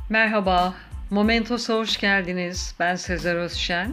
Merhaba, Momentos'a hoş geldiniz. Ben Sezer Özşen.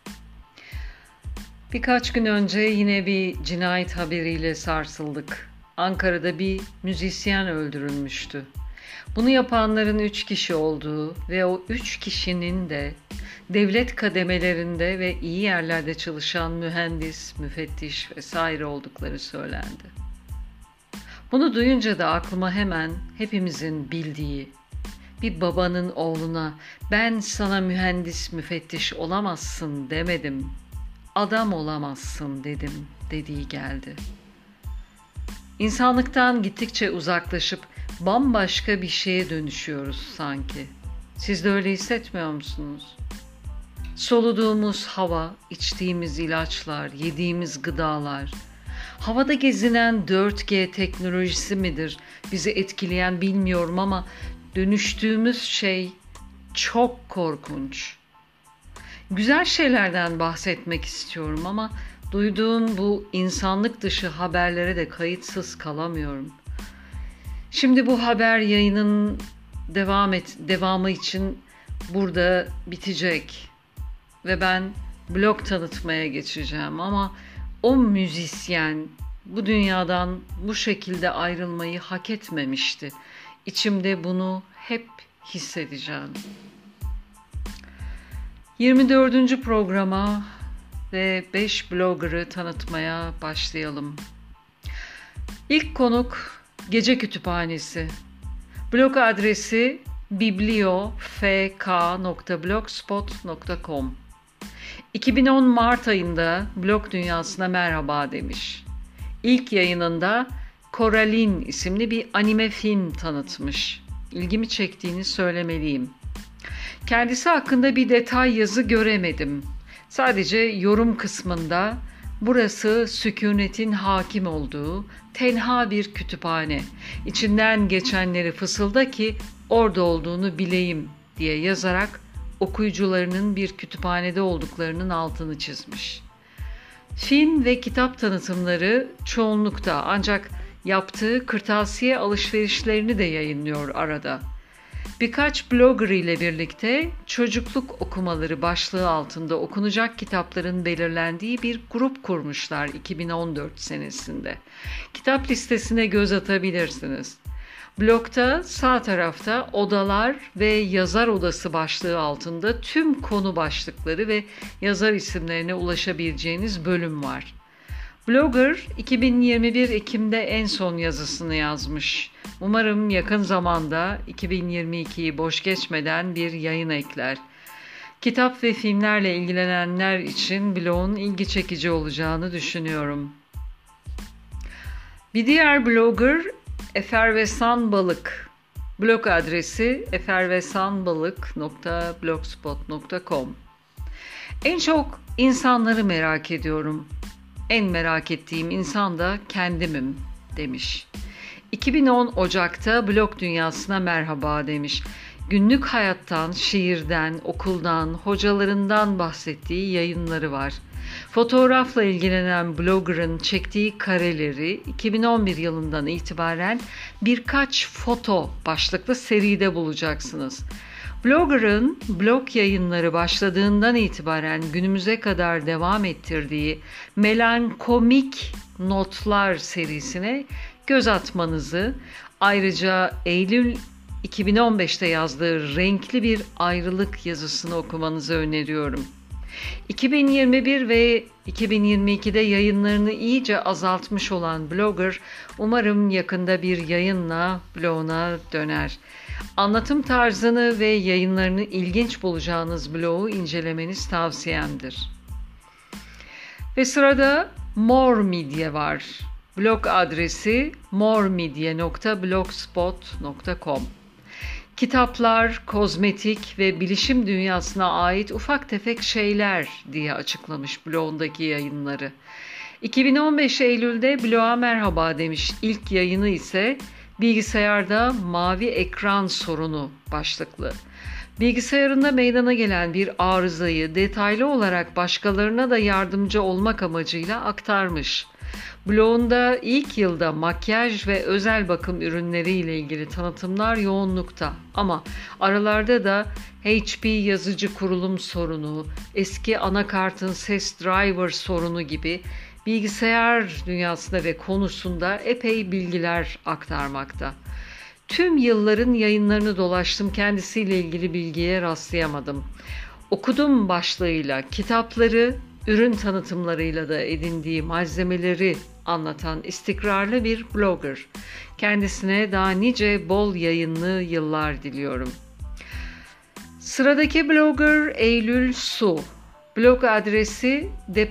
Birkaç gün önce yine bir cinayet haberiyle sarsıldık. Ankara'da bir müzisyen öldürülmüştü. Bunu yapanların 3 kişi olduğu ve o 3 kişinin de devlet kademelerinde ve iyi yerlerde çalışan mühendis, müfettiş vesaire oldukları söylendi. Bunu duyunca da aklıma hemen hepimizin bildiği bir babanın oğluna ben sana mühendis müfettiş olamazsın demedim, adam olamazsın dedim dediği geldi. İnsanlıktan gittikçe uzaklaşıp bambaşka bir şeye dönüşüyoruz sanki. Siz de öyle hissetmiyor musunuz? Soluduğumuz hava, içtiğimiz ilaçlar, yediğimiz gıdalar, havada gezinen 4G teknolojisi midir bizi etkileyen bilmiyorum ama dönüştüğümüz şey çok korkunç. Güzel şeylerden bahsetmek istiyorum ama duyduğum bu insanlık dışı haberlere de kayıtsız kalamıyorum. Şimdi bu haber yayının devamı için burada bitecek ve ben blog tanıtmaya geçeceğim ama o müzisyen bu dünyadan bu şekilde ayrılmayı hak etmemişti. İçimde bunu hep hissedeceğim. 24. programa ve 5 blogger'ı tanıtmaya başlayalım. İlk konuk Gece Kütüphanesi. Blog adresi bibliofk.blogspot.com. 2010 Mart ayında blog dünyasına merhaba demiş. İlk yayınında Coraline isimli bir anime film tanıtmış. İlgimi çektiğini söylemeliyim. Kendisi hakkında bir detay yazı göremedim. Sadece yorum kısmında burası sükunetin hakim olduğu tenha bir kütüphane. İçinden geçenleri fısılda ki orada olduğunu bileyim diye yazarak okuyucularının bir kütüphanede olduklarının altını çizmiş. Film ve kitap tanıtımları çoğunlukta ancak yaptığı kırtasiye alışverişlerini de yayınlıyor arada. Birkaç blogger ile birlikte çocukluk okumaları başlığı altında okunacak kitapların belirlendiği bir grup kurmuşlar 2014 senesinde. Kitap listesine göz atabilirsiniz. Blogda sağ tarafta odalar ve yazar odası başlığı altında tüm konu başlıkları ve yazar isimlerine ulaşabileceğiniz bölüm var. Blogger 2021 Ekim'de en son yazısını yazmış. Umarım yakın zamanda 2022'yi boş geçmeden bir yayın ekler. Kitap ve filmlerle ilgilenenler için blogun ilgi çekici olacağını düşünüyorum. Bir diğer blogger Efervesan Balık. Blog adresi efervesanbalık.blogspot.com. En çok insanları merak ediyorum. En merak ettiğim insan da kendimim demiş. 2010 Ocak'ta blog dünyasına merhaba demiş. Günlük hayattan, şiirden, okuldan, hocalarından bahsettiği yayınları var. Fotoğrafla ilgilenen blogger'ın çektiği kareleri 2011 yılından itibaren birkaç foto başlıklı seride bulacaksınız. Blogger'ın blog yayınları başladığından itibaren günümüze kadar devam ettirdiği melankomik notlar serisine göz atmanızı, ayrıca Eylül 2015'te yazdığı renkli bir ayrılık yazısını okumanızı öneriyorum. 2021 ve 2022'de yayınlarını iyice azaltmış olan blogger umarım yakında bir yayınla bloguna döner. Anlatım tarzını ve yayınlarını ilginç bulacağınız blogu incelemeniz tavsiyemdir. Ve sırada More Media var. Blog adresi moremedia.blogspot.com. Kitaplar, kozmetik ve bilişim dünyasına ait ufak tefek şeyler diye açıklamış blogundaki yayınları. 2015 Eylül'de bloğa merhaba demiş. İlk yayını ise bilgisayarda mavi ekran sorunu başlıklı. Bilgisayarında meydana gelen bir arızayı detaylı olarak başkalarına da yardımcı olmak amacıyla aktarmış. Blogunda ilk yılda makyaj ve özel bakım ürünleri ile ilgili tanıtımlar yoğunlukta ama aralarda da HP yazıcı kurulum sorunu, eski anakartın ses driver sorunu gibi bilgisayar dünyasında ve konusunda epey bilgiler aktarmakta. Tüm yılların yayınlarını dolaştım, kendisiyle ilgili bilgiye rastlayamadım. Okudum başlığıyla kitapları, ürün tanıtımlarıyla da edindiği malzemeleri anlatan istikrarlı bir blogger. Kendisine daha nice bol yayınlı yıllar diliyorum. Sıradaki blogger Eylül Su. Blog adresi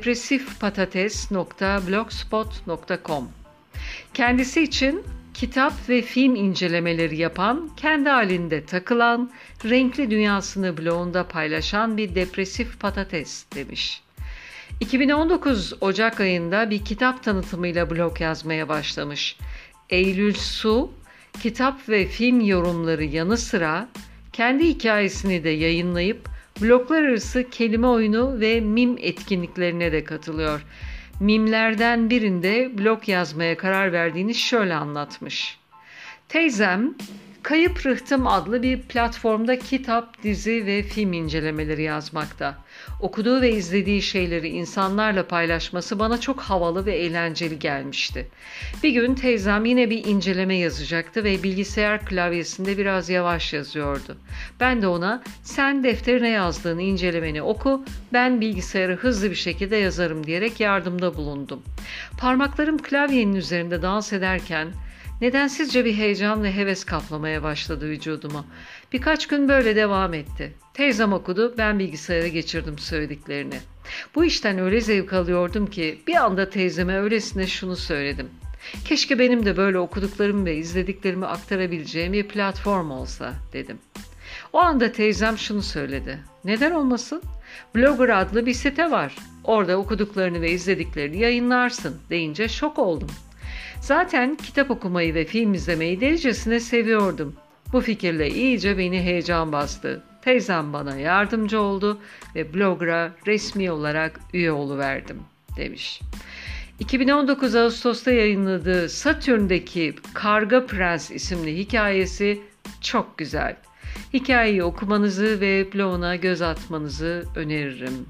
depresifpatates.blogspot.com. Kendisi için kitap ve film incelemeleri yapan, kendi halinde takılan, renkli dünyasını blogunda paylaşan bir depresif patates demiş. 2019 Ocak ayında bir kitap tanıtımıyla blog yazmaya başlamış. Eylül Su, kitap ve film yorumları yanı sıra kendi hikayesini de yayınlayıp bloglar arası kelime oyunu ve mim etkinliklerine de katılıyor. Mimlerden birinde blog yazmaya karar verdiğini şöyle anlatmış. Teyzem, Kayıp Rıhtım adlı bir platformda kitap, dizi ve film incelemeleri yazmakta. Okuduğu ve izlediği şeyleri insanlarla paylaşması bana çok havalı ve eğlenceli gelmişti. Bir gün teyzem yine bir inceleme yazacaktı ve bilgisayar klavyesinde biraz yavaş yazıyordu. Ben de ona sen defterine yazdığın incelemeni oku, ben bilgisayarı hızlı bir şekilde yazarım diyerek yardımda bulundum. Parmaklarım klavyenin üzerinde dans ederken nedensizce bir heyecan ve heves kaplamaya başladı vücuduma. Birkaç gün böyle devam etti. Teyzem okudu, ben bilgisayara geçirdim söylediklerini. Bu işten öyle zevk alıyordum ki bir anda teyzeme öylesine şunu söyledim. Keşke benim de böyle okuduklarımı ve izlediklerimi aktarabileceğim bir platform olsa dedim. O anda teyzem şunu söyledi. Neden olmasın? Blogger adlı bir site var. Orada okuduklarını ve izlediklerini yayınlarsın deyince şok oldum. Zaten kitap okumayı ve film izlemeyi delicesine seviyordum. Bu fikirle iyice beni heyecan bastı. Teyzem bana yardımcı oldu ve blogger'a resmi olarak üye oluverdim demiş. 2019 Ağustos'ta yayınladığı Satürn'deki Karga Prens isimli hikayesi çok güzel. Hikayeyi okumanızı ve bloguna göz atmanızı öneririm.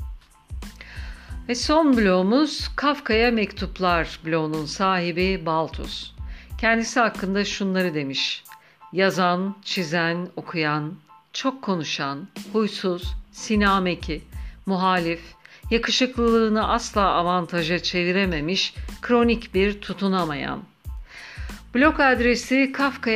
Ve son blogumuz Kafka'ya Mektuplar blogunun sahibi Baltus. Kendisi hakkında şunları demiş. Yazan, çizen, okuyan, çok konuşan, huysuz, sinameki, muhalif, yakışıklılığını asla avantaja çevirememiş, kronik bir tutunamayan. Blog adresi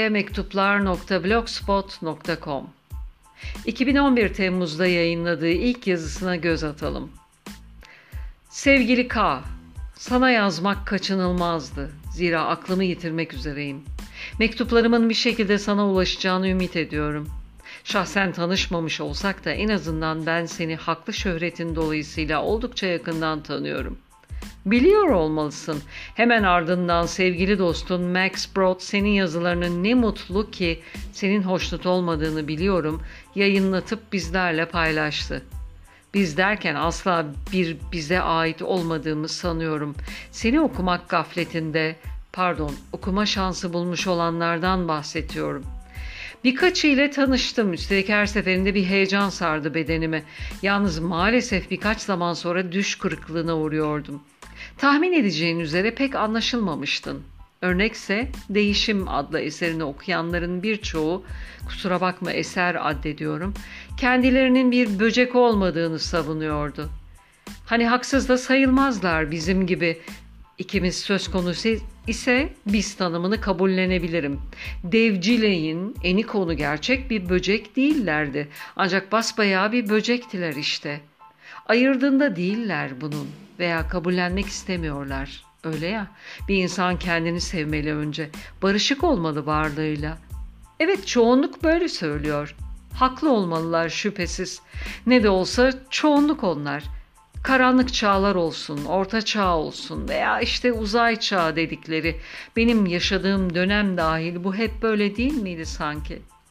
kafkayamektuplar.blogspot.com. 2011 Temmuz'da yayınladığı ilk yazısına göz atalım. Sevgili K, sana yazmak kaçınılmazdı. Zira aklımı yitirmek üzereyim. Mektuplarımın bir şekilde sana ulaşacağını ümit ediyorum. Şahsen tanışmamış olsak da en azından ben seni haklı şöhretin dolayısıyla oldukça yakından tanıyorum. Biliyor olmalısın. Hemen ardından sevgili dostun Max Brod senin yazılarının ne mutlu ki senin hoşnut olmadığını biliyorum, yayınlatıp bizlerle paylaştı. Biz derken asla bize ait olmadığımı sanıyorum. Seni okumak gafletinde, okuma şansı bulmuş olanlardan bahsediyorum. Birkaçı ile tanıştım. Üstelik her seferinde bir heyecan sardı bedenimi. Yalnız maalesef birkaç zaman sonra düş kırıklığına uğruyordum. Tahmin edeceğin üzere pek anlaşılmamıştın. Örnekse Değişim adlı eserini okuyanların birçoğu, kusura bakma eser addediyorum, kendilerinin bir böcek olmadığını savunuyordu. Hani haksız da sayılmazlar bizim gibi. İkimiz söz konusu ise biz tanımını kabullenebilirim. Devcileyin Enikon'u gerçek bir böcek değillerdi. Ancak basbayağı bir böcektiler işte. Ayırdığında değiller bunun veya kabullenmek istemiyorlar. Öyle ya, bir insan kendini sevmeli önce. Barışık olmalı varlığıyla. Evet, çoğunluk böyle söylüyor. Haklı olmalılar şüphesiz. Ne de olsa çoğunluk onlar. Karanlık çağlar olsun, orta çağ olsun veya işte uzay çağı dedikleri benim yaşadığım dönem dahil bu hep böyle değil miydi sanki?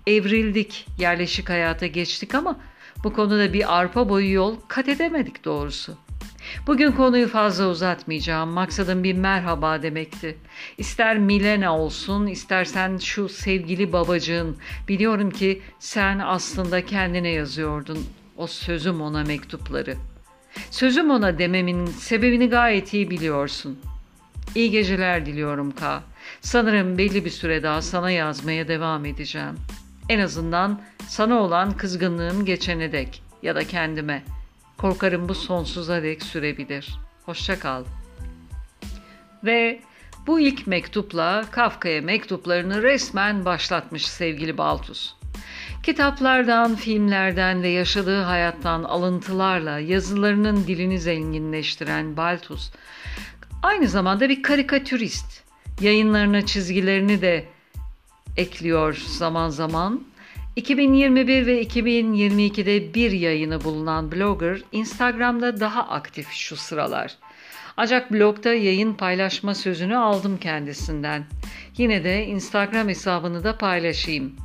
evrildik, yerleşik hayata geçtik ama bu konuda bir arpa boyu yol kat edemedik doğrusu. Bugün konuyu fazla uzatmayacağım. Maksadım bir merhaba demekti. İster Milena olsun, istersen şu sevgili babacığın. Biliyorum ki sen aslında kendine yazıyordun o sözüm ona mektupları. Sözüm ona dememin sebebini gayet iyi biliyorsun. İyi geceler diliyorum K. Sanırım belli bir süre daha sana yazmaya devam edeceğim. En azından sana olan kızgınlığım geçene dek ya da kendime. Korkarım bu sonsuza dek sürebilir. Hoşça kal. Ve bu ilk mektupla Kafka'ya mektuplarını resmen başlatmış sevgili Baltus. Kitaplardan, filmlerden ve yaşadığı hayattan alıntılarla yazılarının dilini zenginleştiren Baltus, aynı zamanda bir karikatürist. Yayınlarına çizgilerini de ekliyor zaman zaman. 2021 ve 2022'de bir yayını bulunan blogger, Instagram'da daha aktif şu sıralar. Ancak blogda yayın paylaşma sözünü aldım kendisinden. Yine de Instagram hesabını da paylaşayım.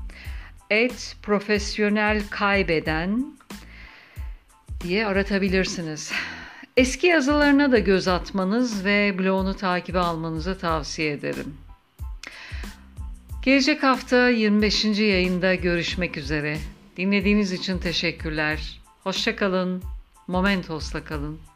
@profesyonelkaybeden diye aratabilirsiniz. Eski yazılarına da göz atmanız ve blogunu takibe almanızı tavsiye ederim. Gelecek hafta 25. yayında görüşmek üzere. Dinlediğiniz için teşekkürler. Hoşça kalın. Momentos'la kalın.